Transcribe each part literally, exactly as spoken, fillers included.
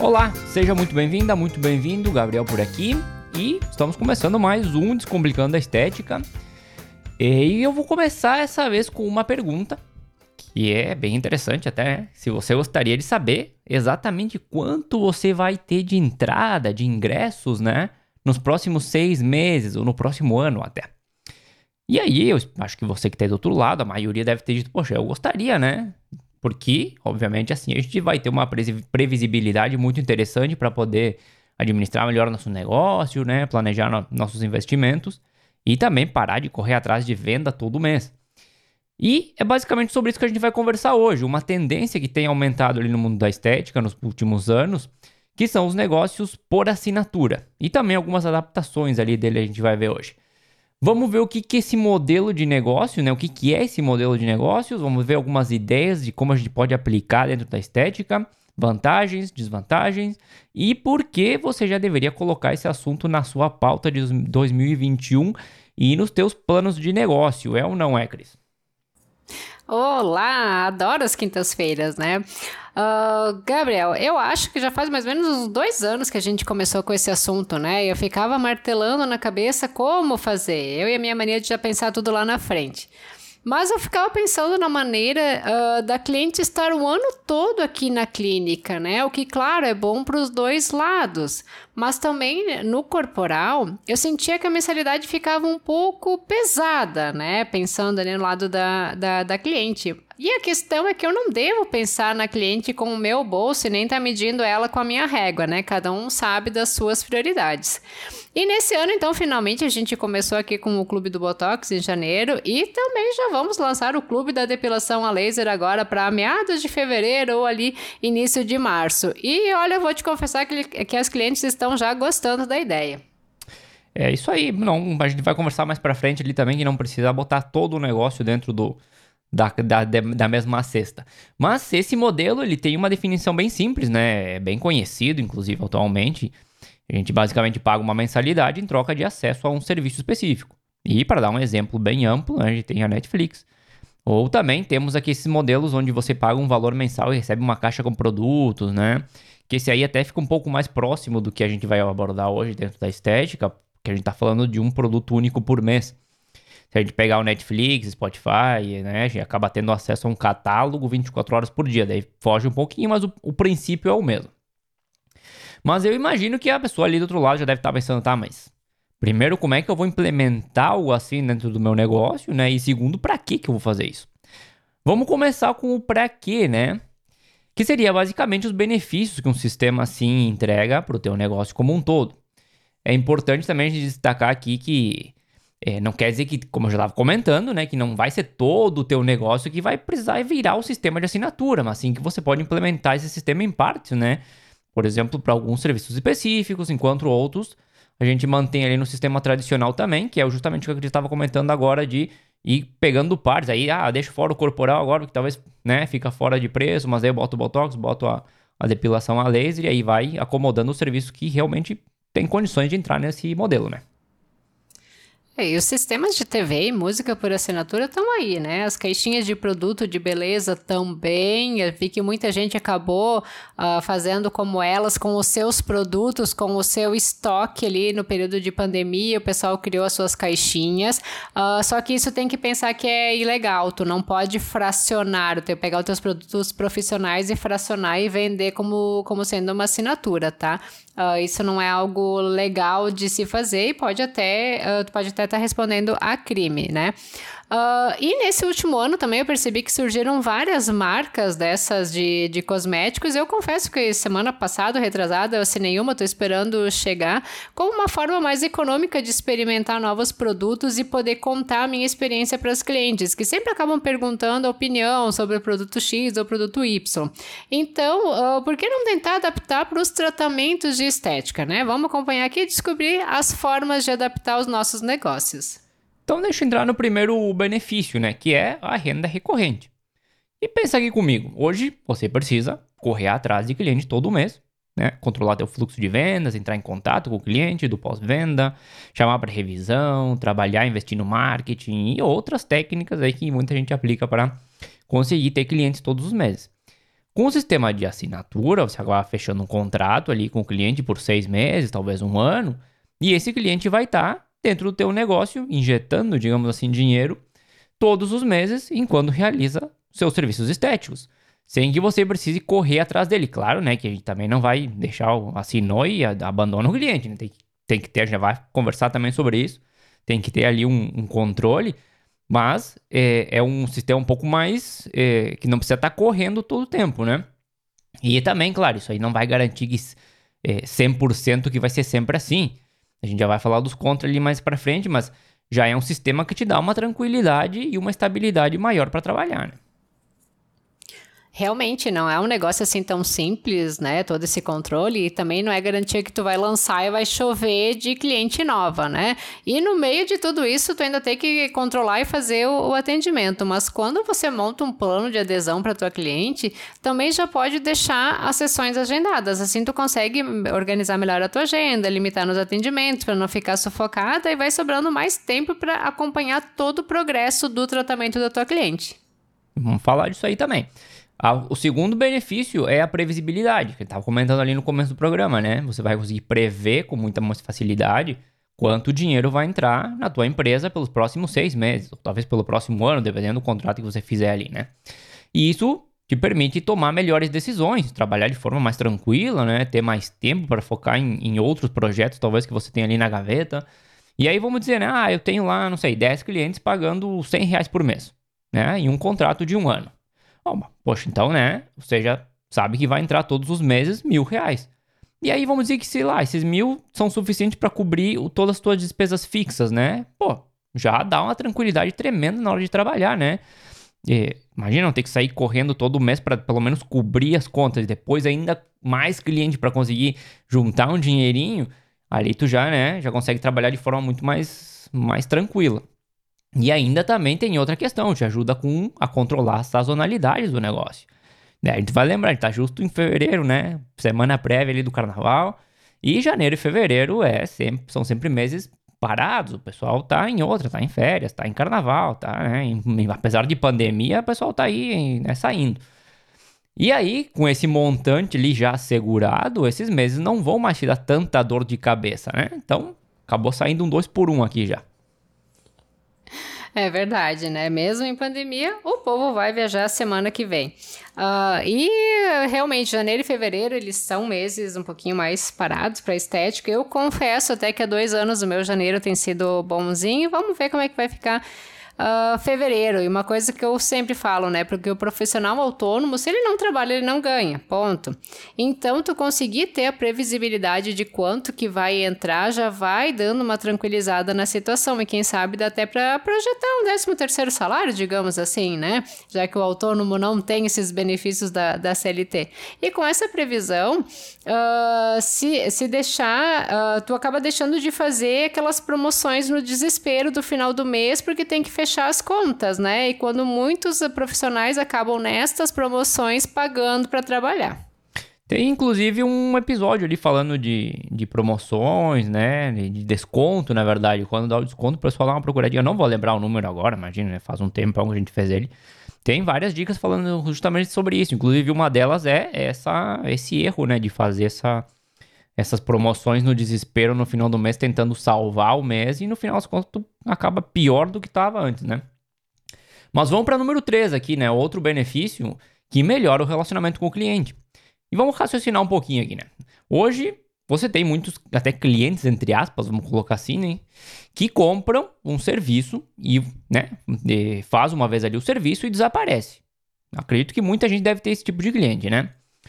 Olá, seja muito bem-vinda, muito bem-vindo, Gabriel por aqui, e estamos começando mais um Descomplicando a Estética. E eu vou começar essa vez com uma pergunta, que é bem interessante até, né? Se você gostaria de saber exatamente quanto você vai ter de entrada, de ingressos, né, nos próximos seis meses ou no próximo ano até. E aí, eu acho que você que está do outro lado, a maioria deve ter dito, poxa, eu gostaria, né? Porque, obviamente, assim a gente vai ter uma previsibilidade muito interessante para poder administrar melhor nosso negócio, né? Planejar no- nossos investimentos e também parar de correr atrás de venda todo mês. E é basicamente sobre isso que a gente vai conversar hoje. Uma tendência que tem aumentado ali no mundo da estética nos últimos anos, que são os negócios por assinatura. E também algumas adaptações ali dele a gente vai ver hoje. Vamos ver o que que esse modelo de negócio, né? O que que é esse modelo de negócios. Vamos ver algumas ideias de como a gente pode aplicar dentro da estética, vantagens, desvantagens e por que você já deveria colocar esse assunto na sua pauta de dois mil e vinte e um e nos teus planos de negócio. É ou não é, Cris? Olá, adoro as quintas-feiras, né? Ah, Gabriel, eu acho que já faz mais ou menos uns dois anos que a gente começou com esse assunto, né? Eu ficava martelando na cabeça como fazer. Eu e a minha mania de já pensar tudo lá na frente. Mas eu ficava pensando na maneira ah, da cliente estar o ano todo aqui na clínica, né? O que, claro, é bom para os dois lados. Mas também no corporal, eu sentia que a mensalidade ficava um pouco pesada, né? Pensando ali no lado da, da, da cliente. E a questão é que eu não devo pensar na cliente com o meu bolso e nem estar tá medindo ela com a minha régua, né? Cada um sabe das suas prioridades. E nesse ano, então, finalmente a gente começou aqui com o Clube do Botox em janeiro e também já vamos lançar o Clube da Depilação a Laser agora para meados de fevereiro ou ali início de março. E olha, eu vou te confessar que, que as clientes estão já gostando da ideia. É isso aí. Não, a gente vai conversar mais pra frente ali também que não precisa botar todo o negócio dentro do, da, da, da mesma cesta. Mas esse modelo ele tem uma definição bem simples, né? É bem conhecido, inclusive, atualmente. A gente basicamente paga uma mensalidade em troca de acesso a um serviço específico. E para dar um exemplo bem amplo, né, a gente tem a Netflix. Ou também temos aqui esses modelos onde você paga um valor mensal e recebe uma caixa com produtos, né? Que esse aí até fica um pouco mais próximo do que a gente vai abordar hoje dentro da estética, que a gente está falando de um produto único por mês. Se a gente pegar o Netflix, Spotify, né, a gente acaba tendo acesso a um catálogo vinte e quatro horas por dia. Daí foge um pouquinho, mas o, o princípio é o mesmo. Mas eu imagino que a pessoa ali do outro lado já deve estar pensando, tá, mas primeiro, como é que eu vou implementar algo assim dentro do meu negócio, né? E segundo, para que que eu vou fazer isso? Vamos começar com o para quê, né? Que seria basicamente os benefícios que um sistema assim entrega para o teu negócio como um todo. É importante também a gente destacar aqui que é, não quer dizer que, como eu já estava comentando, né, que não vai ser todo o teu negócio que vai precisar virar o sistema de assinatura, mas sim que você pode implementar esse sistema em partes, né? Por exemplo, para alguns serviços específicos, enquanto outros a gente mantém ali no sistema tradicional também, que é justamente o que eu estava comentando agora de ir pegando partes. Aí, ah, deixa fora o corporal agora, porque talvez, né, fica fora de preço, mas aí eu boto o Botox, boto a, a depilação a laser e aí vai acomodando o serviço que realmente tem condições de entrar nesse modelo, né? É, e os sistemas de T V e música por assinatura estão aí, né? As caixinhas de produto de beleza também. Eu vi que muita gente acabou uh, fazendo como elas, com os seus produtos, com o seu estoque ali no período de pandemia. O pessoal criou as suas caixinhas. Uh, só que isso tem que pensar que é ilegal. Tu não pode fracionar, tu tem que pegar os teus produtos profissionais e fracionar e vender como, como sendo uma assinatura, tá? Uh, isso não é algo legal de se fazer e pode até, uh, pode até estar respondendo a crime, né? Uh, e nesse último ano também eu percebi que surgiram várias marcas dessas de, de cosméticos. Eu confesso que semana passada, retrasada, eu assinei uma, estou esperando chegar, como uma forma mais econômica de experimentar novos produtos e poder contar a minha experiência para os clientes, que sempre acabam perguntando a opinião sobre o produto X ou o produto Y. Então, uh, por que não tentar adaptar para os tratamentos de estética, né? Vamos acompanhar aqui e descobrir as formas de adaptar os nossos negócios. Então deixa eu entrar no primeiro benefício, né? Que é a renda recorrente. E pensa aqui comigo. Hoje você precisa correr atrás de cliente todo mês, né? Controlar teu fluxo de vendas, entrar em contato com o cliente do pós-venda, chamar para revisão, trabalhar, investir no marketing e outras técnicas aí que muita gente aplica para conseguir ter clientes todos os meses. Com o sistema de assinatura, você acaba fechando um contrato ali com o cliente por seis meses, talvez um ano, e esse cliente vai estar dentro do teu negócio, injetando, digamos assim, dinheiro todos os meses, enquanto realiza seus serviços estéticos, sem que você precise correr atrás dele. Claro, né, que a gente também não vai deixar o assinou e abandona o cliente, né? Tem, tem que ter, já vai conversar também sobre isso, tem que ter ali um, um controle, mas é, é um sistema um pouco mais, é, que não precisa estar correndo todo o tempo, né? E também, claro, isso aí não vai garantir que é, cem por cento que vai ser sempre assim. A gente já vai falar dos contras ali mais pra frente, mas já é um sistema que te dá uma tranquilidade e uma estabilidade maior para trabalhar, né? Realmente não é um negócio assim tão simples, né? Todo esse controle, e também não é garantia que tu vai lançar e vai chover de cliente nova, né? E no meio de tudo isso, tu ainda tem que controlar e fazer o, o atendimento. Mas quando você monta um plano de adesão para tua cliente, também já pode deixar as sessões agendadas. Assim tu consegue organizar melhor a tua agenda, limitar nos atendimentos para não ficar sufocada e vai sobrando mais tempo para acompanhar todo o progresso do tratamento da tua cliente. Vamos falar disso aí também. O segundo benefício é a previsibilidade, que eu estava comentando ali no começo do programa, né? Você vai conseguir prever com muita mais facilidade quanto dinheiro vai entrar na tua empresa pelos próximos seis meses, ou talvez pelo próximo ano, dependendo do contrato que você fizer ali, né? E isso te permite tomar melhores decisões, trabalhar de forma mais tranquila, né? Ter mais tempo para focar em, em outros projetos, talvez, que você tenha ali na gaveta. E aí vamos dizer, né? Ah, eu tenho lá, não sei, dez clientes pagando cem reais por mês, né? Em um contrato de um ano. Oh, poxa, então, né, você já sabe que vai entrar todos os meses mil reais. E aí vamos dizer que, sei lá, esses mil são suficientes para cobrir o, todas as suas despesas fixas, né? Pô, já dá uma tranquilidade tremenda na hora de trabalhar, né? E, imagina não ter que sair correndo todo mês para pelo menos cobrir as contas, e depois ainda mais cliente para conseguir juntar um dinheirinho. Ali tu já, né, já consegue trabalhar de forma muito mais, mais tranquila. E ainda também tem outra questão, te ajuda com, a controlar as sazonalidades do negócio. Né? A gente vai lembrar, a gente tá justo em fevereiro, né? Semana prévia ali do carnaval. E janeiro e fevereiro é sempre, são sempre meses parados. O pessoal tá em outra, tá em férias, tá em carnaval, tá, né? Em, apesar de pandemia, o pessoal tá aí, né, saindo. E aí, com esse montante ali já assegurado, esses meses não vão mais te dar tanta dor de cabeça, né? Então, acabou saindo um dois por um aqui já. É verdade, né? Mesmo em pandemia, o povo vai viajar semana que vem. Uh, e realmente, janeiro e fevereiro, eles são meses um pouquinho mais parados para estética. Eu confesso até que há dois anos o meu janeiro tem sido bonzinho. Vamos ver como é que vai ficar Uh, fevereiro. E uma coisa que eu sempre falo, né? Porque o profissional autônomo, se ele não trabalha, ele não ganha, ponto. Então, tu conseguir ter a previsibilidade de quanto que vai entrar, já vai dando uma tranquilizada na situação. E quem sabe dá até para projetar um décimo terceiro salário, digamos assim, né? Já que o autônomo não tem esses benefícios da, da C L T. E com essa previsão, uh, se, se deixar, uh, tu acaba deixando de fazer aquelas promoções no desespero do final do mês, porque tem que fechar as contas, né? E quando muitos profissionais acabam nestas promoções pagando para trabalhar. Tem inclusive um episódio ali falando de, de promoções, né? De, de desconto, na verdade. Quando dá o desconto, o pessoal dá uma procuradinha. Eu não vou lembrar o número agora, imagina, né? Faz um tempo que a gente fez ele. Tem várias dicas falando justamente sobre isso. Inclusive, uma delas é essa, esse erro, né? De fazer essa, essas promoções no desespero no final do mês, tentando salvar o mês. E no final das contas, tu acaba pior do que estava antes, né? Mas vamos para número três aqui, né? Outro benefício que melhora o relacionamento com o cliente. E vamos raciocinar um pouquinho aqui, né? Hoje, você tem muitos, até clientes, entre aspas, vamos colocar assim, né? Que compram um serviço e, né? Faz uma vez ali o serviço e desaparece. Acredito que muita gente deve ter esse tipo de cliente, né?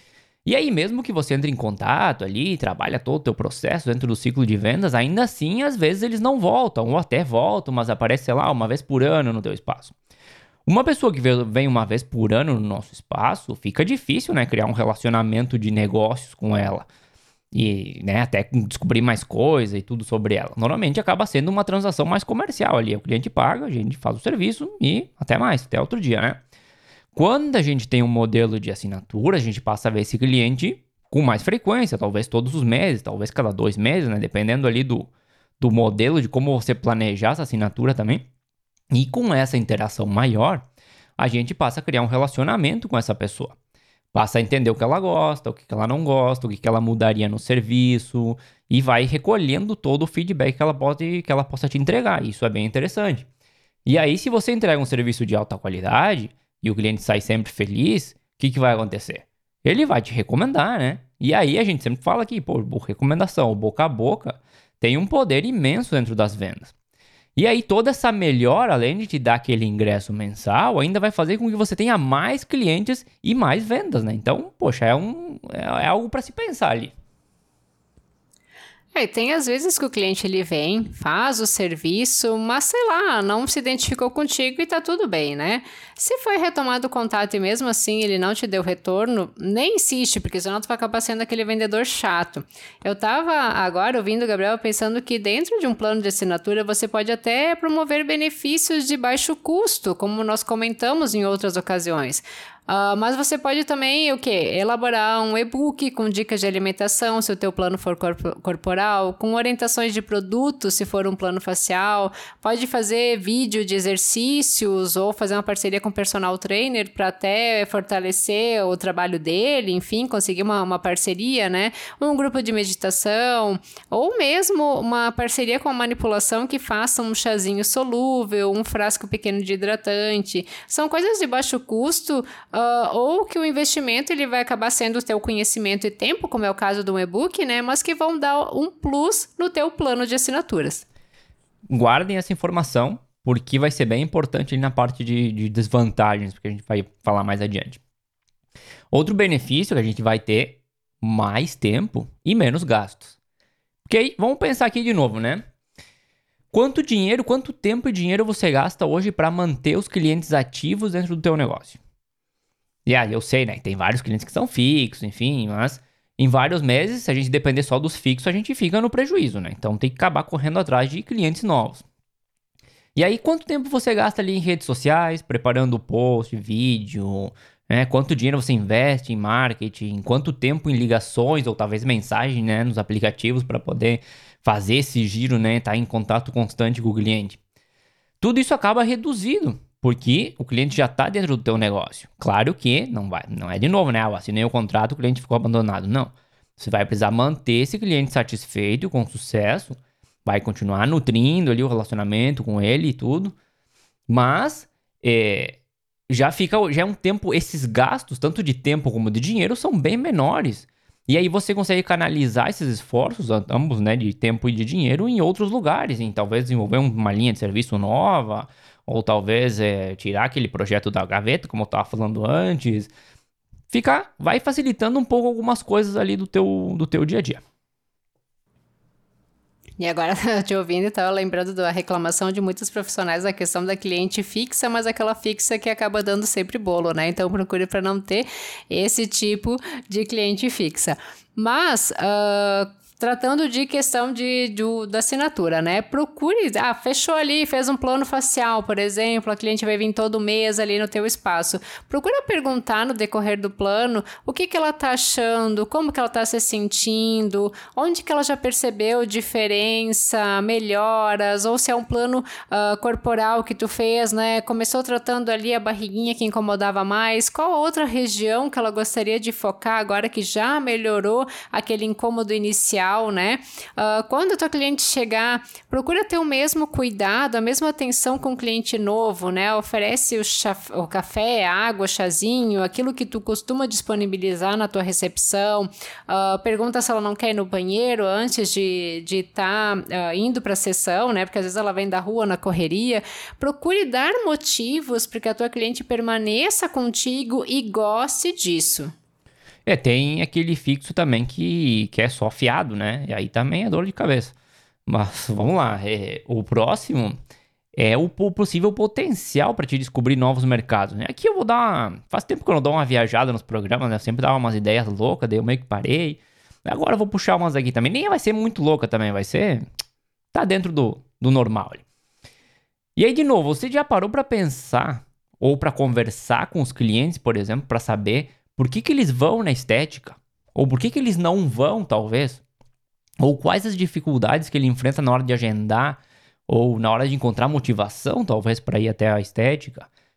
E aí, mesmo que você entre em contato ali, trabalha todo o teu processo dentro do ciclo de vendas, ainda assim, às vezes eles não voltam, ou até voltam, mas aparece, sei lá, uma vez por ano no teu espaço. Uma pessoa que vem uma vez por ano no nosso espaço, fica difícil, né, criar um relacionamento de negócios com ela. E, né, até descobrir mais coisa e tudo sobre ela. Normalmente acaba sendo uma transação mais comercial ali. O cliente paga, a gente faz o serviço e até mais, até outro dia, né? Quando a gente tem um modelo de assinatura, a gente passa a ver esse cliente com mais frequência, talvez todos os meses, talvez cada dois meses, né? Dependendo ali do, do modelo, de como você planejar essa assinatura também. E com essa interação maior, a gente passa a criar um relacionamento com essa pessoa. Passa a entender o que ela gosta, o que ela não gosta, o que ela mudaria no serviço e vai recolhendo todo o feedback que ela pode, que ela possa te entregar. Isso é bem interessante. E aí, se você entrega um serviço de alta qualidade e o cliente sai sempre feliz, o que, que vai acontecer? Ele vai te recomendar, né? E aí a gente sempre fala aqui, pô, recomendação, boca a boca, tem um poder imenso dentro das vendas. E aí toda essa melhora, além de te dar aquele ingresso mensal, ainda vai fazer com que você tenha mais clientes e mais vendas, né? Então, poxa, é, um, é, é algo para se pensar ali. É, tem às vezes que o cliente ele vem, faz o serviço, mas sei lá, não se identificou contigo e tá tudo bem, né? Se foi retomado o contato e mesmo assim ele não te deu retorno, nem insiste, porque senão tu vai acabar sendo aquele vendedor chato. Eu tava agora ouvindo o Gabriel pensando que dentro de um plano de assinatura você pode até promover benefícios de baixo custo, como nós comentamos em outras ocasiões. Uh, mas você pode também, o quê? Elaborar um e-book com dicas de alimentação, se o teu plano for corp- corporal, com orientações de produto, se for um plano facial. Pode fazer vídeo de exercícios ou fazer uma parceria com personal trainer para até fortalecer o trabalho dele, enfim, conseguir uma, uma parceria, né? Um grupo de meditação ou mesmo uma parceria com a manipulação que faça um chazinho solúvel, um frasco pequeno de hidratante. São coisas de baixo custo. Uh, ou que o investimento ele vai acabar sendo o teu conhecimento e tempo, como é o caso do e-book, né? Mas que vão dar um plus no teu plano de assinaturas. Guardem essa informação, porque vai ser bem importante ali na parte de, de desvantagens, porque a gente vai falar mais adiante. Outro benefício que a gente vai ter, mais tempo e menos gastos. Porque aí, vamos pensar aqui de novo, né? Quanto dinheiro, quanto tempo e dinheiro você gasta hoje para manter os clientes ativos dentro do teu negócio? E aí, eu sei, né? Tem vários clientes que são fixos, enfim, mas em vários meses, se a gente depender só dos fixos, a gente fica no prejuízo, né? Então tem que acabar correndo atrás de clientes novos. E aí, quanto tempo você gasta ali em redes sociais, preparando post, vídeo, né? Quanto dinheiro você investe em marketing, quanto tempo em ligações ou talvez mensagem, né? Nos aplicativos para poder fazer esse giro, né? Tá em contato constante com o cliente. Tudo isso acaba reduzido. Porque o cliente já está dentro do teu negócio. Claro que não vai, não é de novo, né? Eu assinei o contrato, o cliente ficou abandonado. Não. Você vai precisar manter esse cliente satisfeito, com sucesso. Vai continuar nutrindo ali o relacionamento com ele e tudo. Mas é, já fica, já é um tempo, esses gastos, tanto de tempo como de dinheiro, são bem menores. E aí você consegue canalizar esses esforços, ambos, né, de tempo e de dinheiro, em outros lugares. Em talvez desenvolver uma linha de serviço nova, ou talvez é, tirar aquele projeto da gaveta, como eu estava falando antes. Fica, vai facilitando um pouco algumas coisas ali do teu, do teu dia a dia. E agora, te ouvindo, estava lembrando da reclamação de muitos profissionais da questão da cliente fixa, mas aquela fixa que acaba dando sempre bolo, né? Então, procure para não ter esse tipo de cliente fixa. Mas, uh, tratando de questão de, de, da assinatura, né? Procure, ah, fechou ali, fez um plano facial, por exemplo, a cliente vai vir todo mês ali no teu espaço. Procura perguntar no decorrer do plano o que que ela tá achando, como que ela tá se sentindo, onde que ela já percebeu diferença, melhoras, ou se é um plano uh, corporal que tu fez, né? Começou tratando ali a barriguinha que incomodava mais, qual outra região que ela gostaria de focar agora que já melhorou aquele incômodo inicial, né? Uh, quando o teu cliente chegar, procura ter o mesmo cuidado, a mesma atenção com o cliente novo, né? Oferece o, chá, o café, a água, chazinho, aquilo que tu costuma disponibilizar na tua recepção. Uh, pergunta se ela não quer ir no banheiro antes de estar de tá, uh, indo para a sessão, né? Porque às vezes ela vem da rua na correria. Procure dar motivos para que a tua cliente permaneça contigo e goste disso. É, tem aquele fixo também que, que é só fiado, né? E aí também é dor de cabeça. Mas vamos lá, é, o próximo é o possível potencial para te descobrir novos mercados, né? Aqui eu vou dar uma... Faz tempo que eu não dou uma viajada nos programas, né? Eu sempre dava umas ideias loucas, daí eu meio que parei. Agora eu vou puxar umas aqui também. Nem vai ser muito louca também, vai ser... Tá dentro do, do normal ali. E aí, de novo, você já parou para pensar ou para conversar com os clientes, por exemplo, para saber... Por que que eles vão na estética? Ou por que que eles não vão, talvez? Ou quais as dificuldades que ele enfrenta na hora de agendar? Ou na hora de encontrar motivação, talvez, para ir até a estética?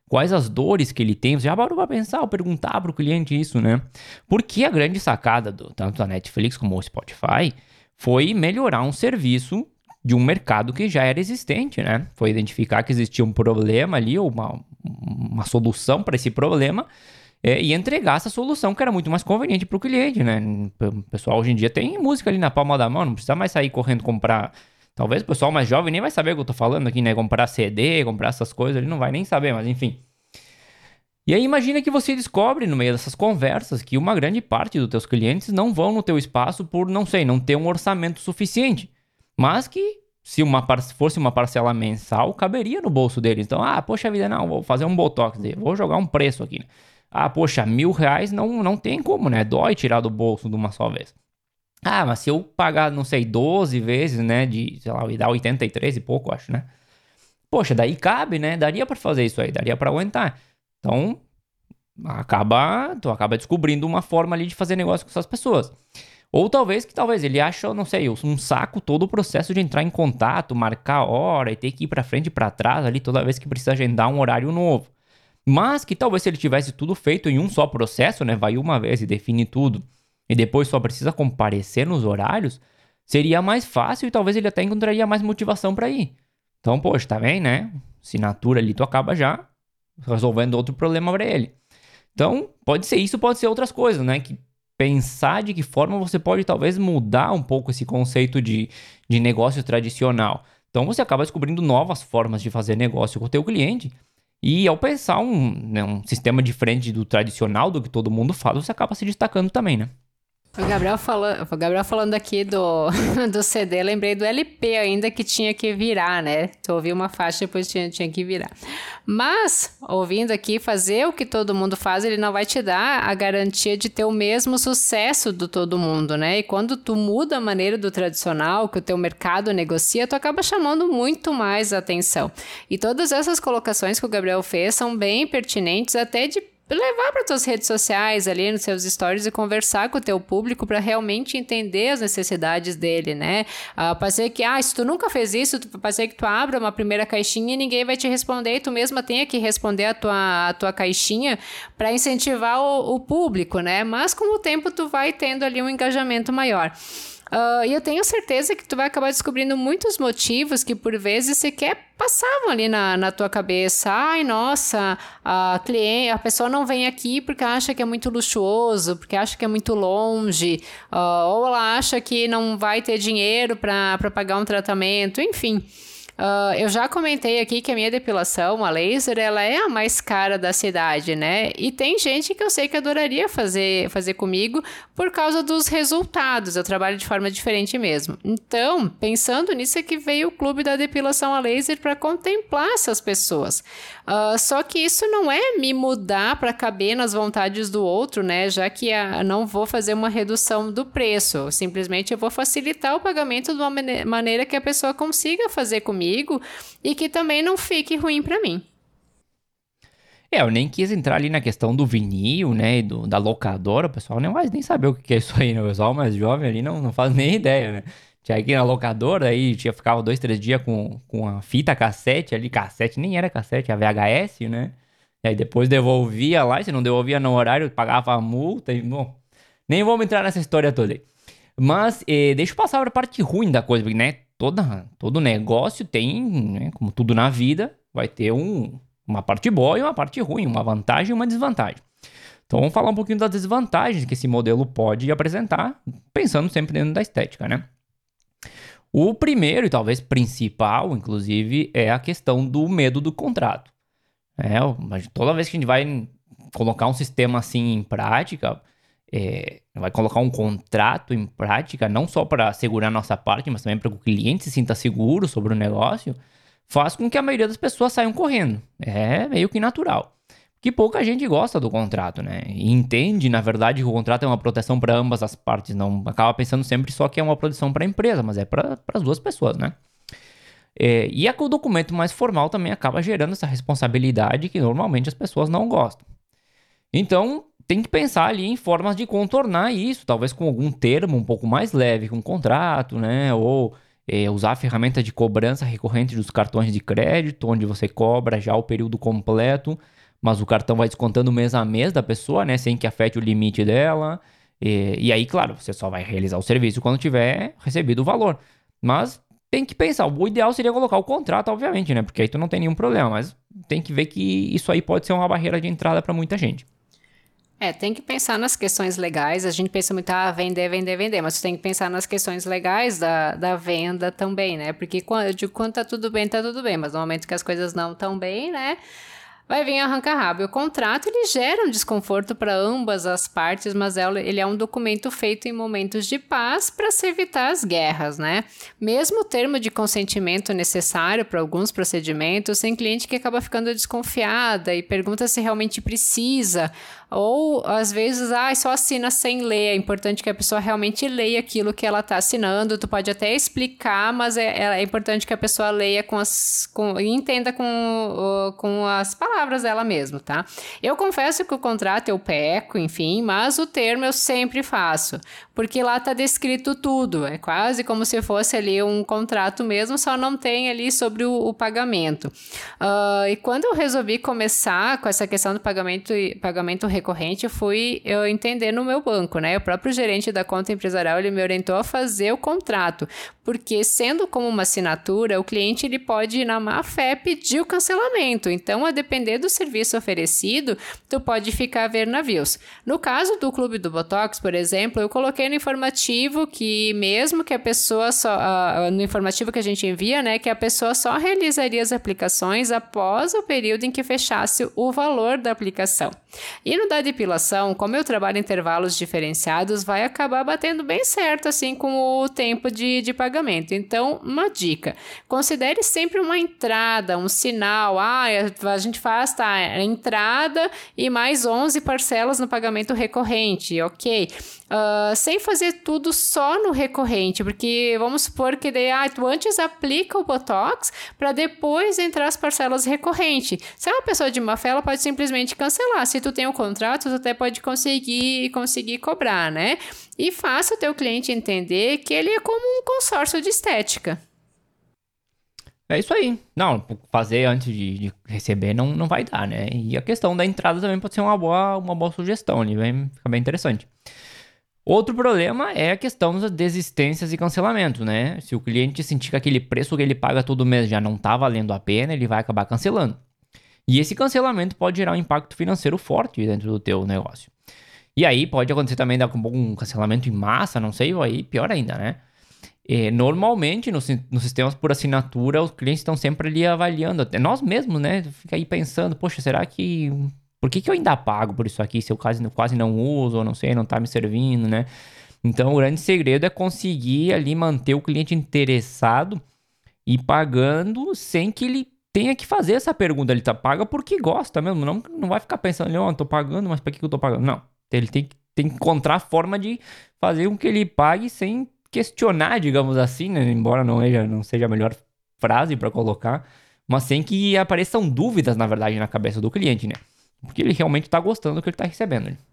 Quais as dores que ele tem? Você já parou para pensar ou perguntar para o cliente isso, né? Porque a grande sacada do, tanto da Netflix como o Spotify foi melhorar um serviço de um mercado que já era existente, né? Foi identificar que existia um problema ali, ou uma, uma solução para esse problema, é, e entregar essa solução que era muito mais conveniente para o cliente, né? O pessoal hoje em dia tem música ali na palma da mão, não precisa mais sair correndo comprar. Talvez o pessoal mais jovem nem vai saber o que eu tô falando aqui, né? Comprar C D, comprar essas coisas, ele não vai nem saber, mas enfim. E aí imagina que você descobre no meio dessas conversas que uma grande parte dos teus clientes não vão no teu espaço por, não sei, não ter um orçamento suficiente. Mas que se uma par- fosse uma parcela mensal, caberia no bolso deles. Então, ah, poxa vida, não, vou fazer um botox, vou jogar um preço aqui, né? Ah, poxa, mil reais não, não tem como, né? Dói tirar do bolso de uma só vez. Ah, mas se eu pagar, não sei, doze vezes, né, de, sei lá, dá oitenta e três e pouco, acho, né? Poxa, daí cabe, né? Daria pra fazer isso aí, daria pra aguentar. Então, acaba, tu acaba descobrindo uma forma ali de fazer negócio com essas pessoas. Ou talvez que talvez ele acha, não sei, um saco todo o processo de entrar em contato, marcar hora e ter que ir pra frente e pra trás ali toda vez que precisa agendar um horário novo. Mas que talvez se ele tivesse tudo feito em um só processo, né? Vai uma vez e define tudo e depois só precisa comparecer nos horários, seria mais fácil e talvez ele até encontraria mais motivação pra ir. Então, poxa, tá bem, né? Assinatura ali, tu acaba já resolvendo outro problema pra ele. Então, pode ser isso, pode ser outras coisas, né? Que pensar de que forma você pode talvez mudar um pouco esse conceito de, de negócio tradicional. Então, você acaba descobrindo novas formas de fazer negócio com o teu cliente. E ao pensar um, né, um sistema diferente do tradicional, do que todo mundo fala, você acaba se destacando também, né? O Gabriel, fala, o Gabriel falando aqui do, do C D, lembrei do L P ainda que tinha que virar, né? Tu ouviu uma faixa e depois tinha, tinha que virar. Mas, ouvindo aqui, fazer o que todo mundo faz, ele não vai te dar a garantia de ter o mesmo sucesso do todo mundo, né? E quando tu muda a maneira do tradicional, que o teu mercado negocia, tu acaba chamando muito mais atenção. E todas essas colocações que o Gabriel fez são bem pertinentes, até de levar para tuas redes sociais ali nos seus stories e conversar com o teu público para realmente entender as necessidades dele, né? Uh, pode ser que, ah, se tu nunca fez isso, tu, pode ser que tu abra uma primeira caixinha e ninguém vai te responder e tu mesma tenha que responder a tua, a tua caixinha para incentivar o, o público, né? Mas com o tempo tu vai tendo ali um engajamento maior. Uh, e eu tenho certeza que tu vai acabar descobrindo muitos motivos que por vezes sequer passavam ali na, na tua cabeça. Ai, nossa, a, cliente, a pessoa não vem aqui porque acha que é muito luxuoso, porque acha que é muito longe, uh, ou ela acha que não vai ter dinheiro para pagar um tratamento, enfim. Uh, eu já comentei aqui que a minha depilação, a laser, ela é a mais cara da cidade, né? E tem gente que eu sei que adoraria fazer, fazer comigo por causa dos resultados. Eu trabalho de forma diferente mesmo. Então, pensando nisso é que veio o Clube da Depilação a Laser para contemplar essas pessoas. Uh, só que isso não é me mudar para caber nas vontades do outro, né? Já que a, não vou fazer uma redução do preço. Simplesmente eu vou facilitar o pagamento de uma maneira que a pessoa consiga fazer comigo e que também não fique ruim para mim. É, eu nem quis entrar ali na questão do vinil, né, e do, da locadora, o pessoal nem mais nem sabe o que é isso aí, né, o pessoal mais jovem ali não, não faz nem ideia, né. Tinha aqui na locadora, aí tinha, ficava dois, três dias com, com a fita cassete ali, cassete, nem era cassete, a V H S, né, e aí depois devolvia lá, e se não devolvia no horário, pagava a multa, e bom, nem vamos entrar nessa história toda aí. Mas, eh, deixa eu passar para a parte ruim da coisa, porque, né, toda, todo negócio tem, né, como tudo na vida, vai ter um, uma parte boa e uma parte ruim, uma vantagem e uma desvantagem. Então, vamos falar um pouquinho das desvantagens que esse modelo pode apresentar, pensando sempre dentro da estética, né? O primeiro, e talvez principal, inclusive, é a questão do medo do contrato. É, toda vez que a gente vai colocar um sistema assim em prática... É, vai colocar um contrato em prática, não só para segurar nossa parte, mas também para que o cliente se sinta seguro sobre o negócio, faz com que a maioria das pessoas saiam correndo. É meio que natural. Que pouca gente gosta do contrato, né? E entende, na verdade, que o contrato é uma proteção para ambas as partes. Não acaba pensando sempre só que é uma proteção para a empresa, mas é para as duas pessoas, né? É, e o documento mais formal também acaba gerando essa responsabilidade que normalmente as pessoas não gostam. Então, tem que pensar ali em formas de contornar isso, talvez com algum termo um pouco mais leve, com um contrato, né? Ou é, usar a ferramenta de cobrança recorrente dos cartões de crédito, onde você cobra já o período completo, mas o cartão vai descontando mês a mês da pessoa, né, sem que afete o limite dela. E, e aí, claro, você só vai realizar o serviço quando tiver recebido o valor. Mas tem que pensar, o ideal seria colocar o contrato, obviamente, né, porque aí tu não tem nenhum problema, mas tem que ver que isso aí pode ser uma barreira de entrada para muita gente. É, tem que pensar nas questões legais. A gente pensa muito, ah, vender, vender, vender, mas você tem que pensar nas questões legais da, da venda também, né? Porque quando, eu digo, quando tá tudo bem, tá tudo bem, mas no momento que as coisas não estão bem, né? Vai vir arranca-rabo. E o contrato, ele gera um desconforto para ambas as partes, mas ele é um documento feito em momentos de paz para se evitar as guerras, né? Mesmo o termo de consentimento necessário para alguns procedimentos, tem cliente que acaba ficando desconfiada e pergunta se realmente precisa, ou às vezes, ah, só assina sem ler. É importante que a pessoa realmente leia aquilo que ela está assinando. Tu pode até explicar, mas é, é importante que a pessoa leia com as, com, e entenda com, com as palavras dela mesmo, tá? Eu confesso que o contrato eu peco, enfim, mas o termo eu sempre faço, porque lá está descrito tudo. É quase como se fosse ali um contrato mesmo, só não tem ali sobre o, o pagamento. Uh, e quando eu resolvi começar com essa questão do pagamento, pagamento recorrente, eu fui eu entender no meu banco, né? O próprio gerente da conta empresarial, ele me orientou a fazer o contrato, porque sendo como uma assinatura, o cliente ele pode, na má fé, pedir o cancelamento. Então, a depender do serviço oferecido, tu pode ficar a ver navios. No caso do Clube do Botox, por exemplo, eu coloquei no informativo que mesmo que a pessoa só, uh, no informativo que a gente envia, né, que a pessoa só realizaria as aplicações após o período em que fechasse o valor da aplicação. E no da depilação, como eu trabalho em intervalos diferenciados, vai acabar batendo bem certo assim com o tempo de, de pagamento. Então, uma dica, considere sempre uma entrada, um sinal. Ah, a gente faz, tá, a entrada e mais onze parcelas no pagamento recorrente, ok? Uh, sem fazer tudo só no recorrente, porque vamos supor que daí, ah, tu antes aplica o Botox para depois entrar as parcelas recorrentes. Se é uma pessoa de má fé, ela pode simplesmente cancelar. Se tu tem o contrato, tu até pode conseguir, conseguir cobrar, né? E faça o teu cliente entender que ele é como um consórcio de estética. É isso aí. Não, fazer antes de, de receber não, não vai dar, né? E a questão da entrada também pode ser uma boa, uma boa sugestão ali, vai ficar bem interessante. Outro problema é a questão das desistências e cancelamentos, né? Se o cliente sentir que aquele preço que ele paga todo mês já não tá valendo a pena, ele vai acabar cancelando. E esse cancelamento pode gerar um impacto financeiro forte dentro do teu negócio. E aí pode acontecer também um cancelamento em massa, não sei, aí pior ainda, né? E, normalmente, nos, nos sistemas por assinatura, os clientes estão sempre ali avaliando, até nós mesmos, né? Fica aí pensando, poxa, será que... Por que, que eu ainda pago por isso aqui se eu quase, quase não uso, ou não sei, não tá me servindo, né? Então, o grande segredo é conseguir ali manter o cliente interessado e pagando sem que ele tenha que fazer essa pergunta. Ele tá paga porque gosta mesmo, não, não vai ficar pensando, ó, oh, tô pagando, mas pra que, que eu tô pagando? Não, ele tem, tem que encontrar a forma de fazer com que ele pague sem questionar, digamos assim, né? Embora não seja, não seja a melhor frase para colocar, mas sem que apareçam dúvidas, na verdade, na cabeça do cliente, né? Porque ele realmente tá gostando do que ele tá recebendo. Né?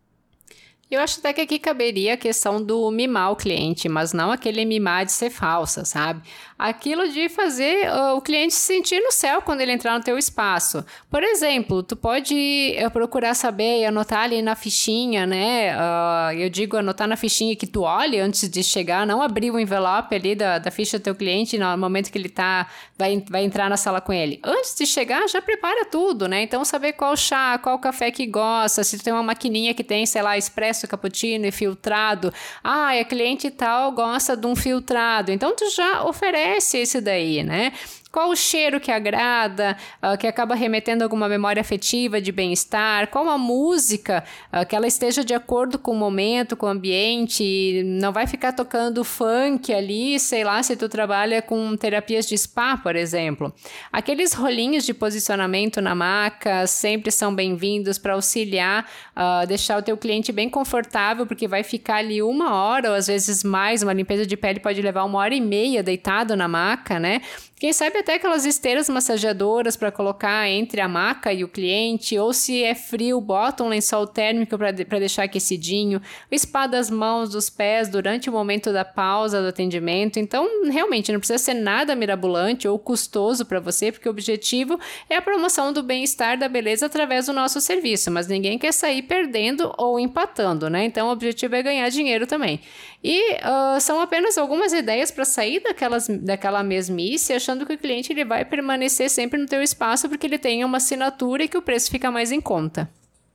Eu acho até que aqui caberia a questão do mimar o cliente, mas não aquele mimar de ser falsa, sabe? Aquilo de fazer uh, o cliente se sentir no céu quando ele entrar no teu espaço. Por exemplo, tu pode uh, procurar saber e anotar ali na fichinha, né? Uh, eu digo anotar na fichinha que tu olhe antes de chegar, não abrir o envelope ali da, da ficha do teu cliente no momento que ele tá, vai, vai entrar na sala com ele. Antes de chegar, já prepara tudo, né? Então, saber qual chá, qual café que gosta, se tu tem uma maquininha que tem, sei lá, expresso, cappuccino e filtrado. Ah, a cliente tal gosta de um filtrado. Então, tu já oferece esse daí, né? Qual o cheiro que agrada, uh, que acaba remetendo a alguma memória afetiva de bem-estar? Qual a música uh, que ela esteja de acordo com o momento, com o ambiente? Não vai ficar tocando funk ali, sei lá, se tu trabalha com terapias de spa, por exemplo. Aqueles rolinhos de posicionamento na maca sempre são bem-vindos para auxiliar, uh, deixar o teu cliente bem confortável, porque vai ficar ali uma hora ou às vezes mais. Uma limpeza de pele pode levar uma hora e meia deitado na maca, né? Quem sabe até aquelas esteiras massageadoras para colocar entre a maca e o cliente, ou se é frio, bota um lençol térmico para de, deixar aquecidinho, o spa das mãos, dos pés durante o momento da pausa do atendimento. Então, realmente, não precisa ser nada mirabolante ou custoso para você, porque o objetivo é a promoção do bem-estar, da beleza através do nosso serviço, mas ninguém quer sair perdendo ou empatando, né? Então, o objetivo é ganhar dinheiro também. E uh, são apenas algumas ideias para sair daquelas, daquela mesmice, achando que o cliente ele vai permanecer sempre no teu espaço porque ele tem uma assinatura e que o preço fica mais em conta.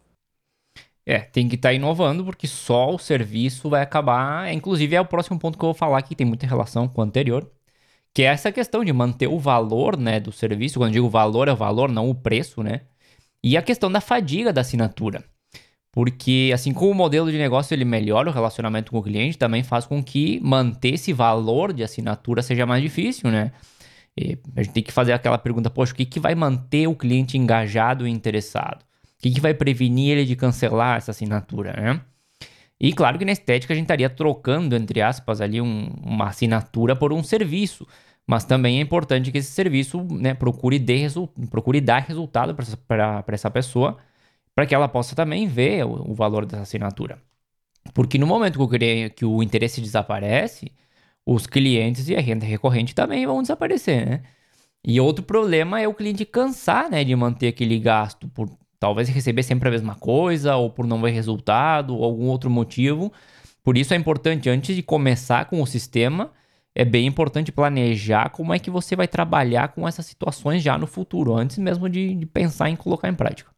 É, tem que estar tá inovando, porque só o serviço vai acabar... Inclusive, é o próximo ponto que eu vou falar, que tem muita relação com o anterior, que é essa questão de manter o valor, né, do serviço. Quando eu digo valor, é o valor, não o preço, né? E a questão da fadiga da assinatura. Porque, assim como o modelo de negócio ele melhora o relacionamento com o cliente, também faz com que manter esse valor de assinatura seja mais difícil, né? E a gente tem que fazer aquela pergunta, poxa, o que, que vai manter o cliente engajado e interessado? O que, que vai prevenir ele de cancelar essa assinatura, né? E claro que na estética a gente estaria trocando, entre aspas, ali um, uma assinatura por um serviço. Mas também é importante que esse serviço, né, procure, de resu- procure dar resultado para essa pessoa, para que ela possa também ver o, o valor dessa assinatura. Porque no momento que o, que o interesse desaparece, os clientes e a renda recorrente também vão desaparecer, né? E outro problema é o cliente cansar, né, de manter aquele gasto por talvez receber sempre a mesma coisa, ou por não ver resultado, ou algum outro motivo. Por isso é importante, antes de começar com o sistema, é bem importante planejar como é que você vai trabalhar com essas situações já no futuro, antes mesmo de, de pensar em colocar em prática.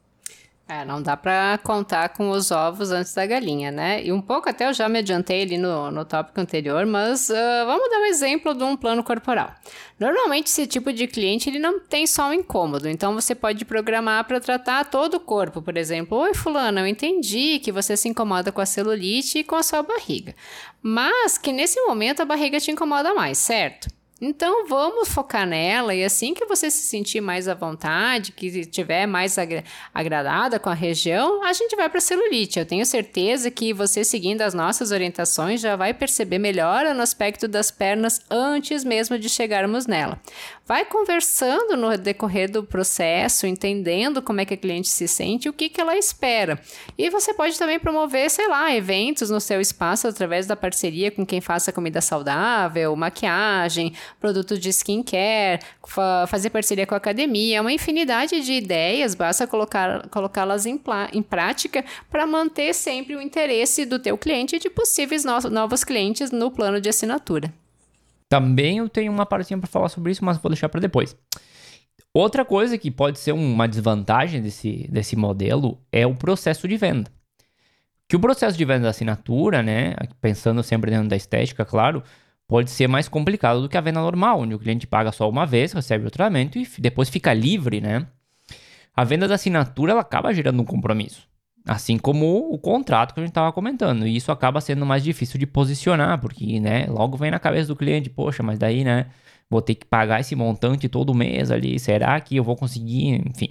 É, não dá para contar com os ovos antes da galinha, né? E um pouco até eu já me adiantei ali no, no tópico anterior, mas uh, vamos dar um exemplo de um plano corporal. Normalmente esse tipo de cliente ele não tem só um incômodo, então você pode programar para tratar todo o corpo, por exemplo. Oi fulana, eu entendi que você se incomoda com a celulite e com a sua barriga, mas que nesse momento a barriga te incomoda mais, certo? Então, vamos focar nela e assim que você se sentir mais à vontade, que estiver mais agra- agradada com a região, a gente vai para a celulite. Eu tenho certeza que você, seguindo as nossas orientações, já vai perceber melhora no aspecto das pernas antes mesmo de chegarmos nela. Vai conversando no decorrer do processo, entendendo como é que a cliente se sente e o que, que ela espera. E você pode também promover, sei lá, eventos no seu espaço através da parceria com quem faça comida saudável, maquiagem, produtos de skincare, fa- fazer parceria com a academia, uma infinidade de ideias, basta colocar, colocá-las em, plá- em prática para manter sempre o interesse do teu cliente e de possíveis no- novos clientes no plano de assinatura. Também eu tenho uma partezinha para falar sobre isso, mas vou deixar para depois. Outra coisa que pode ser uma desvantagem desse, desse modelo é o processo de venda. Que o processo de venda da assinatura, né, pensando sempre dentro da estética, claro, pode ser mais complicado do que a venda normal, onde o cliente paga só uma vez, recebe o tratamento e depois fica livre, né? A venda da assinatura ela acaba gerando um compromisso. Assim como o contrato que a gente estava comentando. E isso acaba sendo mais difícil de posicionar, porque, né, logo vem na cabeça do cliente, poxa, mas daí, né, vou ter que pagar esse montante todo mês ali, será que eu vou conseguir? Enfim.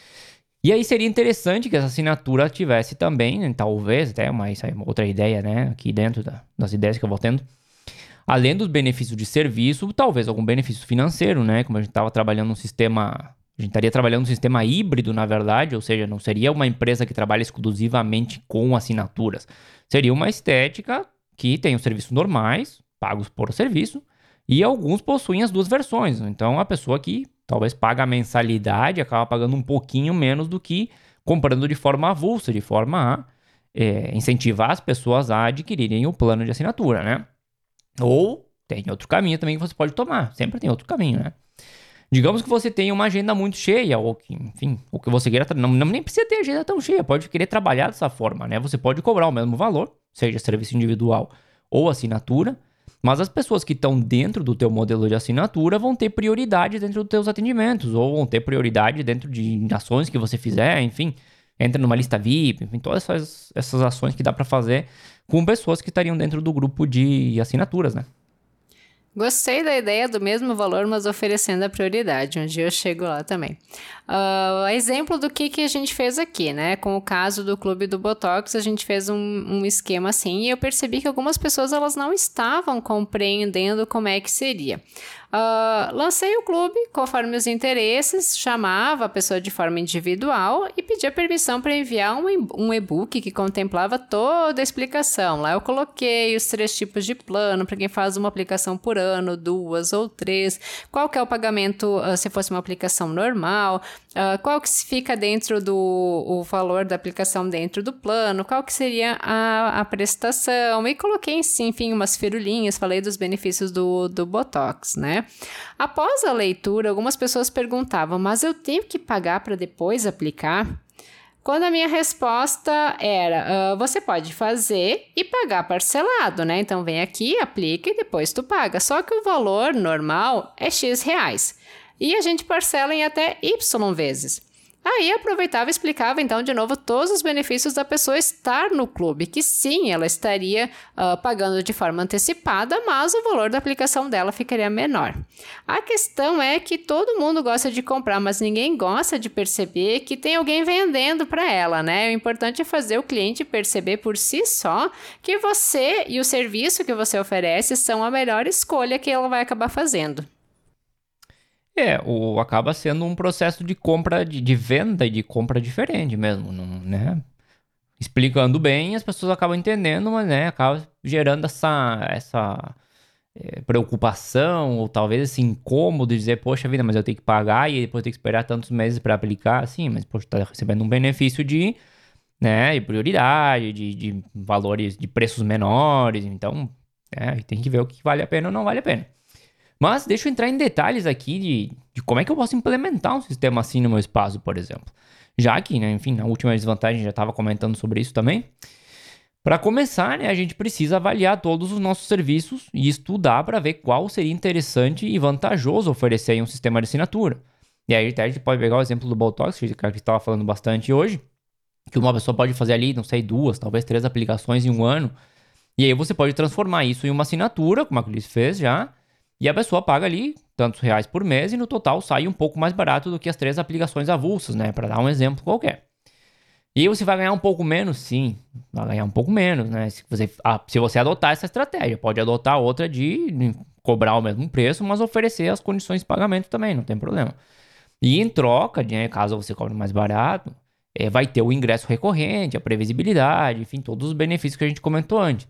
E aí seria interessante que essa assinatura tivesse também, talvez, até uma, uma outra ideia, né, aqui dentro da, das ideias que eu vou tendo, além dos benefícios de serviço, talvez algum benefício financeiro, né, como a gente estava trabalhando num sistema... A gente estaria trabalhando um sistema híbrido, na verdade, ou seja, não seria uma empresa que trabalha exclusivamente com assinaturas. Seria uma estética que tem os serviços normais, pagos por serviço, e alguns possuem as duas versões. Então, a pessoa que talvez paga a mensalidade acaba pagando um pouquinho menos do que comprando de forma avulsa, de forma a é, incentivar as pessoas a adquirirem o plano de assinatura, né? Ou tem outro caminho também que você pode tomar. Sempre tem outro caminho, né? Digamos que você tenha uma agenda muito cheia, ou que, enfim, o que você queira, não, não nem precisa ter agenda tão cheia, pode querer trabalhar dessa forma, né? Você pode cobrar o mesmo valor, seja serviço individual ou assinatura, mas as pessoas que estão dentro do teu modelo de assinatura vão ter prioridade dentro dos teus atendimentos, ou vão ter prioridade dentro de ações que você fizer, enfim, entra numa lista V I P, enfim, todas essas, essas ações que dá para fazer com pessoas que estariam dentro do grupo de assinaturas, né? Gostei da ideia do mesmo valor, mas oferecendo a prioridade. Um dia eu chego lá também. Uh, exemplo do que, que a gente fez aqui, né? Com o caso do Clube do Botox, a gente fez um, um esquema assim e eu percebi que algumas pessoas elas não estavam compreendendo como é que seria. Uh, lancei o clube conforme os interesses, chamava a pessoa de forma individual e pedia permissão para enviar um, e- um e-book que contemplava toda a explicação. Lá eu coloquei os três tipos de plano para quem faz uma aplicação por ano, duas ou três, qual que é o pagamento uh, se fosse uma aplicação normal, uh, qual que fica dentro do o valor da aplicação dentro do plano, qual que seria a, a prestação, e coloquei, enfim, umas firulinhas, falei dos benefícios do, do Botox, né? Após a leitura, algumas pessoas perguntavam, mas eu tenho que pagar para depois aplicar? Quando a minha resposta era, uh, você pode fazer e pagar parcelado, né? Então vem aqui, aplica e depois tu paga. Só que o valor normal é X reais. E a gente parcela em até Y vezes. Aí aproveitava e explicava então de novo todos os benefícios da pessoa estar no clube, que sim, ela estaria uh, pagando de forma antecipada, mas o valor da aplicação dela ficaria menor. A questão é que todo mundo gosta de comprar, mas ninguém gosta de perceber que tem alguém vendendo para ela, né? O importante é fazer o cliente perceber por si só que você e o serviço que você oferece são a melhor escolha que ela vai acabar fazendo. É, o, acaba sendo um processo de compra, de, de venda e de compra diferente mesmo, não, né? Explicando bem, as pessoas acabam entendendo, mas, né, acaba gerando essa, essa é, preocupação, ou talvez esse incômodo de dizer, poxa vida, mas eu tenho que pagar e depois tenho que esperar tantos meses para aplicar. Sim, mas, poxa, tá recebendo um benefício de, né, de prioridade, de, de valores, de preços menores, então, é, tem que ver o que vale a pena ou não vale a pena. Mas deixa eu entrar em detalhes aqui de, de como é que eu posso implementar um sistema assim no meu espaço, por exemplo. Já que, né, enfim, na última desvantagem já estava comentando sobre isso também. Para começar, né, a gente precisa avaliar todos os nossos serviços e estudar para ver qual seria interessante e vantajoso oferecer em um sistema de assinatura. E aí até a gente pode pegar o exemplo do Botox, que a gente estava falando bastante hoje, que uma pessoa pode fazer ali, não sei, duas, talvez três aplicações em um ano. E aí você pode transformar isso em uma assinatura, como a Cris fez já, e a pessoa paga ali tantos reais por mês e no total sai um pouco mais barato do que as três aplicações avulsas, né? Para dar um exemplo qualquer. E você vai ganhar um pouco menos? Sim, vai ganhar um pouco menos, né? Se você, ah, se você adotar essa estratégia, pode adotar outra de cobrar o mesmo preço, mas oferecer as condições de pagamento também, não tem problema. E em troca, né, caso você cobre mais barato, é, vai ter o ingresso recorrente, a previsibilidade, enfim, todos os benefícios que a gente comentou antes.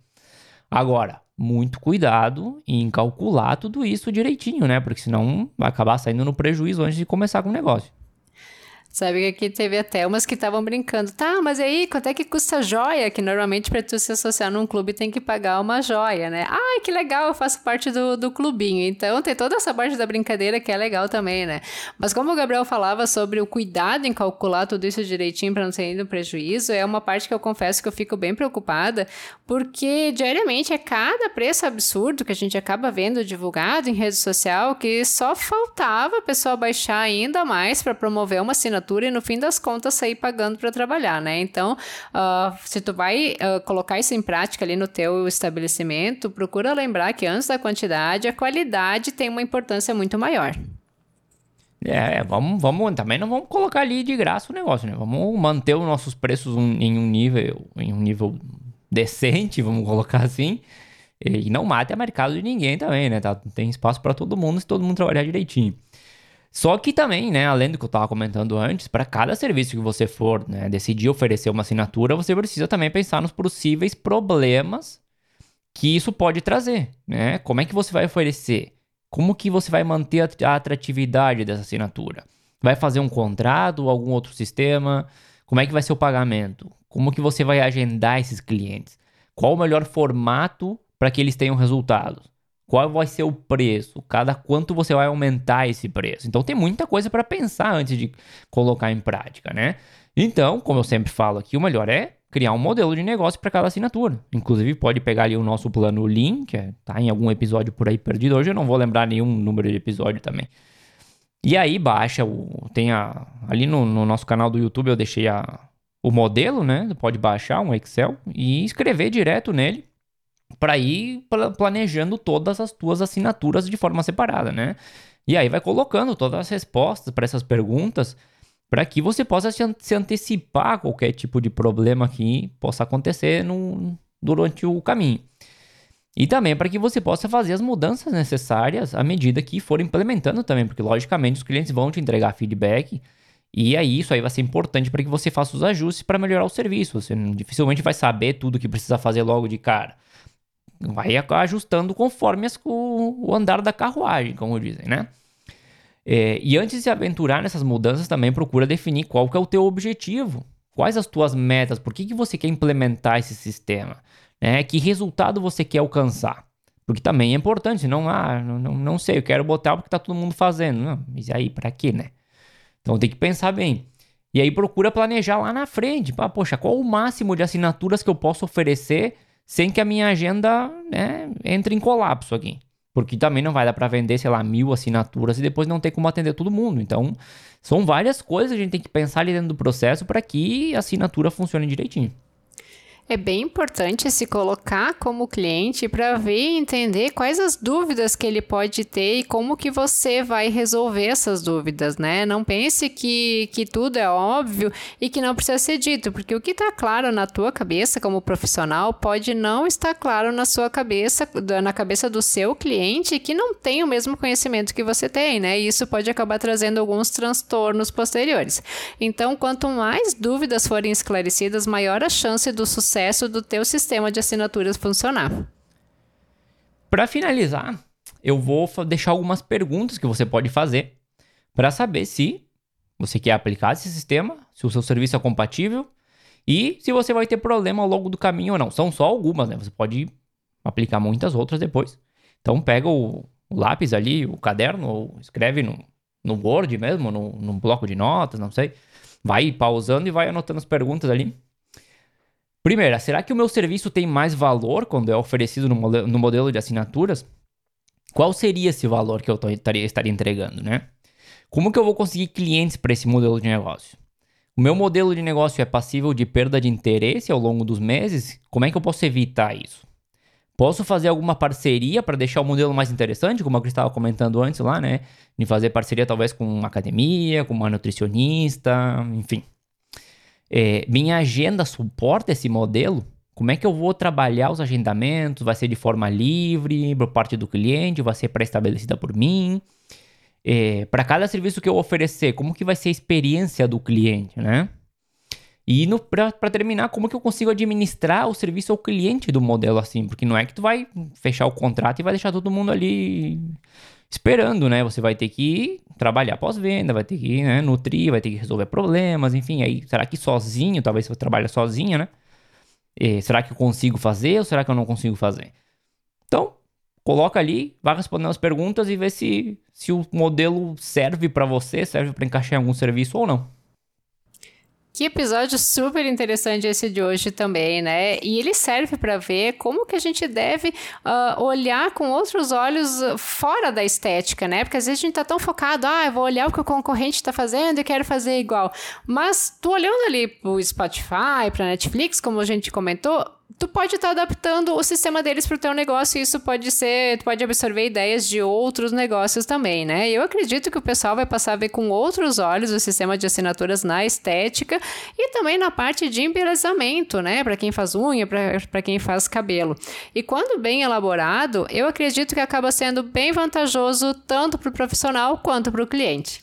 Agora, muito cuidado em calcular tudo isso direitinho, né? Porque senão vai acabar saindo no prejuízo antes de começar com o negócio. Sabe que aqui teve até umas que estavam brincando. Tá, mas aí, quanto é que custa a joia? Que normalmente para tu se associar num clube tem que pagar uma joia, né? Ai, que legal, eu faço parte do, do clubinho. Então tem toda essa parte da brincadeira que é legal também, né? Mas como o Gabriel falava sobre o cuidado em calcular tudo isso direitinho para não ser indo prejuízo, é uma parte que eu confesso que eu fico bem preocupada, porque diariamente é cada preço absurdo que a gente acaba vendo divulgado em rede social que só faltava a pessoa baixar ainda mais para promover uma assinatura e no fim das contas sair pagando para trabalhar, né? Então, uh, se tu vai uh, colocar isso em prática ali no teu estabelecimento, procura lembrar que antes da quantidade, a qualidade tem uma importância muito maior. É, vamos, vamos, também não vamos colocar ali de graça o negócio, né? Vamos manter os nossos preços um, em um nível, em um nível decente, vamos colocar assim, e não mate a mercado de ninguém também, né? Tá? Tem espaço para todo mundo se todo mundo trabalhar direitinho. Só que também, né, além do que eu estava comentando antes, para cada serviço que você for, né, decidir oferecer uma assinatura, você precisa também pensar nos possíveis problemas que isso pode trazer, né? Como é que você vai oferecer? Como que você vai manter a atratividade dessa assinatura? Vai fazer um contrato ou algum outro sistema? Como é que vai ser o pagamento? Como que você vai agendar esses clientes? Qual o melhor formato para que eles tenham resultados? Qual vai ser o preço? Cada quanto você vai aumentar esse preço? Então tem muita coisa para pensar antes de colocar em prática, né? Então, como eu sempre falo aqui, o melhor é criar um modelo de negócio para cada assinatura. Inclusive, pode pegar ali o nosso plano Lean, que é, tá em algum episódio por aí perdido. Hoje eu não vou lembrar nenhum número de episódio também. E aí baixa, o, tem a, ali no, no nosso canal do YouTube eu deixei a, o modelo, né? Pode baixar um Excel e escrever direto nele, para ir planejando todas as tuas assinaturas de forma separada, né? E aí vai colocando todas as respostas para essas perguntas para que você possa se antecipar a qualquer tipo de problema que possa acontecer no, durante o caminho. E também para que você possa fazer as mudanças necessárias à medida que for implementando também, porque logicamente os clientes vão te entregar feedback e aí isso aí vai ser importante para que você faça os ajustes para melhorar o serviço. Você dificilmente vai saber tudo que precisa fazer logo de cara. Vai ajustando conforme as, o, o andar da carruagem, como dizem, né? É, e antes de se aventurar nessas mudanças, também procura definir qual que é o teu objetivo. Quais as tuas metas? Por que, que você quer implementar esse sistema? Né? Que resultado você quer alcançar? Porque também é importante, não, ah, não, não sei, eu quero botar porque tá todo mundo fazendo. Não, mas aí, pra quê, né? Então tem que pensar bem. E aí procura planejar lá na frente. Pá, poxa, qual o máximo de assinaturas que eu posso oferecer sem que a minha agenda, né, entre em colapso aqui? Porque também não vai dar para vender, sei lá, mil assinaturas e depois não ter como atender todo mundo. Então, são várias coisas que a gente tem que pensar ali dentro do processo para que a assinatura funcione direitinho. É bem importante se colocar como cliente para ver e entender quais as dúvidas que ele pode ter e como que você vai resolver essas dúvidas, né? Não pense que, que tudo é óbvio e que não precisa ser dito, porque o que está claro na tua cabeça como profissional pode não estar claro na sua cabeça, na cabeça do seu cliente que não tem o mesmo conhecimento que você tem, né? E isso pode acabar trazendo alguns transtornos posteriores. Então, quanto mais dúvidas forem esclarecidas, maior a chance do sucesso do teu sistema de assinaturas funcionar. Para finalizar, eu vou deixar algumas perguntas que você pode fazer para saber se você quer aplicar esse sistema, se o seu serviço é compatível e se você vai ter problema ao longo do caminho ou não. São só algumas, né? Você pode aplicar muitas outras depois. Então pega o, o lápis ali, o caderno, ou escreve no, no Word mesmo, no, no bloco de notas, não sei. Vai pausando e vai anotando as perguntas ali. Primeira, será que o meu serviço tem mais valor quando é oferecido no, modelo, no modelo de assinaturas? Qual seria esse valor que eu tô, estaria, estaria entregando, né? Como que eu vou conseguir clientes para esse modelo de negócio? O meu modelo de negócio é passível de perda de interesse ao longo dos meses? Como é que eu posso evitar isso? Posso fazer alguma parceria para deixar o modelo mais interessante, como eu estava comentando antes lá, né? De fazer parceria talvez com uma academia, com uma nutricionista, enfim. É, minha agenda suporta esse modelo? Como é que eu vou trabalhar os agendamentos? Vai ser de forma livre, por parte do cliente? Vai ser pré-estabelecida por mim? É, para cada serviço que eu oferecer, como que vai ser a experiência do cliente, né? E para terminar, como que eu consigo administrar o serviço ao cliente do modelo assim? Porque não é que tu vai fechar o contrato e vai deixar todo mundo ali esperando, né? Você vai ter que trabalhar pós-venda, vai ter que, né, nutrir, vai ter que resolver problemas, enfim. Aí, será que sozinho, talvez você trabalhe sozinho, né? E será que eu consigo fazer ou será que eu não consigo fazer? Então, coloca ali, vai respondendo as perguntas e vê se, se o modelo serve para você, serve para encaixar em algum serviço ou não. Que episódio super interessante esse de hoje também, né? E ele serve para ver como que a gente deve uh, olhar com outros olhos fora da estética, né? Porque às vezes a gente tá tão focado, ah, eu vou olhar o que o concorrente está fazendo e quero fazer igual. Mas tu olhando ali pro Spotify, pra Netflix, como a gente comentou, tu pode estar tá adaptando o sistema deles para o teu negócio e isso pode ser, tu pode absorver ideias de outros negócios também, né? Eu acredito que o pessoal vai passar a ver com outros olhos o sistema de assinaturas na estética e também na parte de embelezamento, né? Para quem faz unha, para quem faz cabelo. E quando bem elaborado, eu acredito que acaba sendo bem vantajoso tanto para o profissional quanto para o cliente.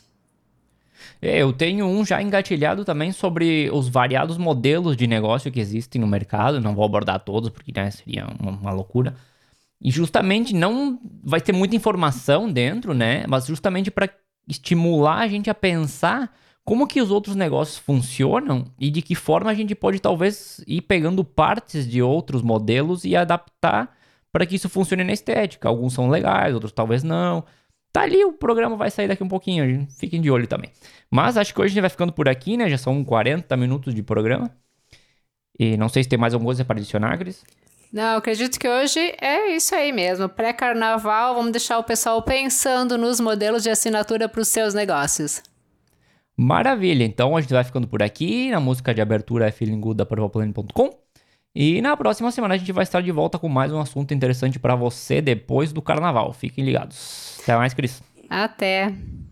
É, eu tenho um já engatilhado também sobre os variados modelos de negócio que existem no mercado. Não vou abordar todos, porque né, seria uma, uma loucura. E justamente não vai ter muita informação dentro, né? Mas justamente para estimular a gente a pensar como que os outros negócios funcionam e de que forma a gente pode talvez ir pegando partes de outros modelos e adaptar para que isso funcione na estética. Alguns são legais, outros talvez não. Tá ali, o programa vai sair daqui um pouquinho, fiquem de olho também. Mas acho que hoje a gente vai ficando por aqui, né? Já são quarenta minutos de programa. E não sei se tem mais alguma coisa para adicionar, Cris. Não, acredito que hoje é isso aí mesmo. Pré-carnaval, vamos deixar o pessoal pensando nos modelos de assinatura para os seus negócios. Maravilha, então a gente vai ficando por aqui. A música de abertura é feeling good da purple planet ponto com. E na próxima semana a gente vai estar de volta com mais um assunto interessante para você depois do carnaval. Fiquem ligados. Até mais, Cris. Até.